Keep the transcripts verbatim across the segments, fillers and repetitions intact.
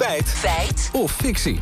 Feit. Feit. Of fictie.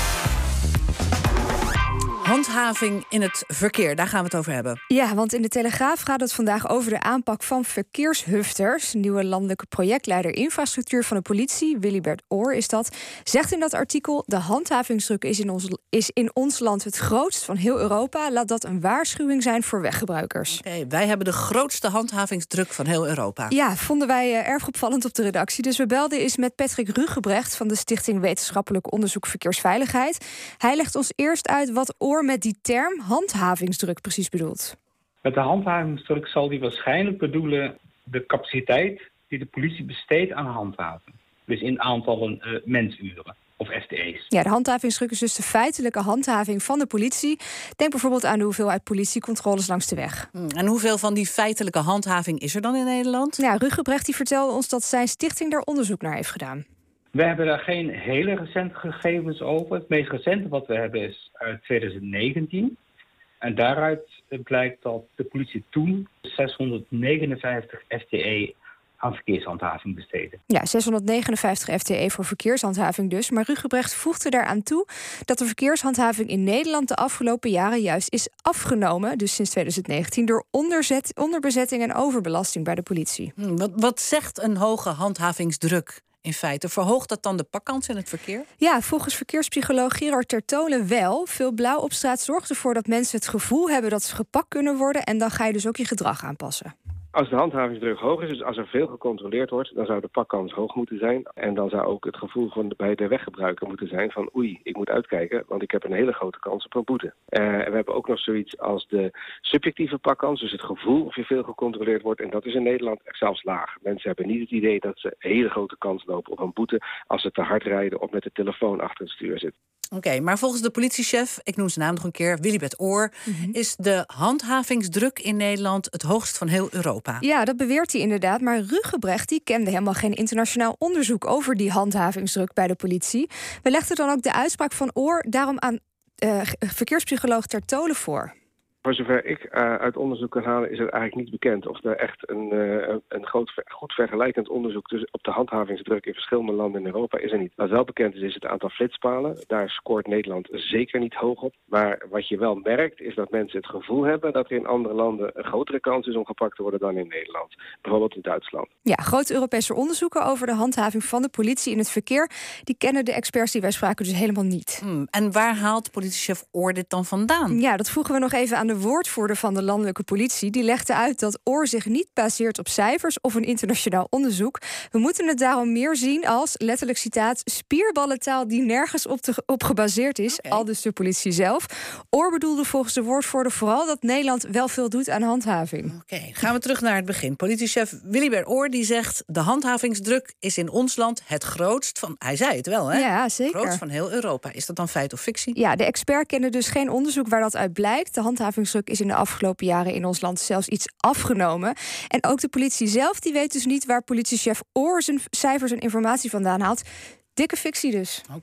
Handhaving in het verkeer, daar gaan we het over hebben. Ja, want in de Telegraaf gaat het vandaag over de aanpak van verkeershufters. Nieuwe landelijke projectleider infrastructuur van de politie, Willybert Oor is dat, zegt in dat artikel: de handhavingsdruk is in ons, is in ons land het grootst van heel Europa. Laat dat een waarschuwing zijn voor weggebruikers. Oké, okay, wij hebben de grootste handhavingsdruk van heel Europa. Ja, vonden wij uh, erg opvallend op de redactie. Dus we belden eens met Patrick Rugebrecht van de Stichting Wetenschappelijk Onderzoek Verkeersveiligheid. Hij legt ons eerst uit wat Oor met die term handhavingsdruk precies bedoelt. Met de handhavingsdruk zal die waarschijnlijk bedoelen de capaciteit die de politie besteedt aan handhaven. Dus in aantallen uh, mensuren of F T E's. Ja, de handhavingsdruk is dus de feitelijke handhaving van de politie. Denk bijvoorbeeld aan de hoeveelheid politiecontroles langs de weg. En hoeveel van die feitelijke handhaving is er dan in Nederland? Ja, Rugebrecht die vertelde ons dat zijn stichting daar onderzoek naar heeft gedaan. We hebben daar geen hele recente gegevens over. Het meest recente wat we hebben is uit twintig negentien. En daaruit blijkt dat de politie toen zeshonderdnegenenvijftig F T E aan verkeershandhaving besteedde. Ja, zeshonderdnegenenvijftig F T E voor verkeershandhaving dus. Maar Rugebrecht voegde daaraan toe dat de verkeershandhaving in Nederland de afgelopen jaren juist is afgenomen, dus sinds twintig negentien, door onderzet, onderbezetting en overbelasting bij de politie. Hm, wat, wat zegt een hoge handhavingsdruk? In feite, verhoogt dat dan de pakkans in het verkeer? Ja, volgens verkeerspsycholoog Gerard Tertolen wel. Veel blauw op straat zorgt ervoor dat mensen het gevoel hebben dat ze gepakt kunnen worden. En dan ga je dus ook je gedrag aanpassen. Als de handhavingsdruk hoog is, dus als er veel gecontroleerd wordt, dan zou de pakkans hoog moeten zijn. En dan zou ook het gevoel van de, bij de weggebruiker moeten zijn van oei, ik moet uitkijken, want ik heb een hele grote kans op een boete. Uh, en we hebben ook nog zoiets als de subjectieve pakkans, dus het gevoel of je veel gecontroleerd wordt. En dat is in Nederland echt zelfs laag. Mensen hebben niet het idee dat ze een hele grote kans lopen op een boete als ze te hard rijden of met de telefoon achter het stuur zitten. Oké, okay, maar volgens de politiechef, ik noem zijn naam nog een keer, Willybert Oor, mm-hmm. is de handhavingsdruk in Nederland het hoogst van heel Europa. Ja, dat beweert hij inderdaad. Maar Rugebrecht die kende helemaal geen internationaal onderzoek over die handhavingsdruk bij de politie. We legden dan ook de uitspraak van Oor daarom aan uh, verkeerspsycholoog Tertolen voor. Voor zover ik uh, uit onderzoek kan halen, is het eigenlijk niet bekend of er echt een, uh, een groot, goed vergelijkend onderzoek dus op de handhavingsdruk in verschillende landen in Europa is er niet. Wat wel bekend is, is het aantal flitspalen. Daar scoort Nederland zeker niet hoog op. Maar wat je wel merkt, is dat mensen het gevoel hebben dat er in andere landen een grotere kans is om gepakt te worden dan in Nederland. Bijvoorbeeld in Duitsland. Ja, grote Europese onderzoeken over de handhaving van de politie in het verkeer, die kennen de experts die wij spraken dus helemaal niet. Hmm, en waar haalt politiechef Oor dit dan vandaan? Ja, dat vroegen we nog even aan de woordvoerder van de landelijke politie. Die legde uit dat Oor zich niet baseert op cijfers of een internationaal onderzoek. We moeten het daarom meer zien als, letterlijk citaat, spierballentaal die nergens op, te, op gebaseerd is, okay. Aldus de politie zelf. Oor bedoelde volgens de woordvoerder vooral dat Nederland wel veel doet aan handhaving. Oké, okay, gaan we terug naar het begin. Politiechef Willybert Oor die zegt, de handhavingsdruk is in ons land het grootst van, hij zei het wel hè? Ja, zeker. Grootst van heel Europa. Is dat dan feit of fictie? Ja, de expert kende dus geen onderzoek waar dat uit blijkt. De handhavingsdruk is in de afgelopen jaren in ons land zelfs iets afgenomen. En ook de politie zelf die weet dus niet waar politiechef Oor zijn cijfers en informatie vandaan haalt. Dikke fictie dus. Oké.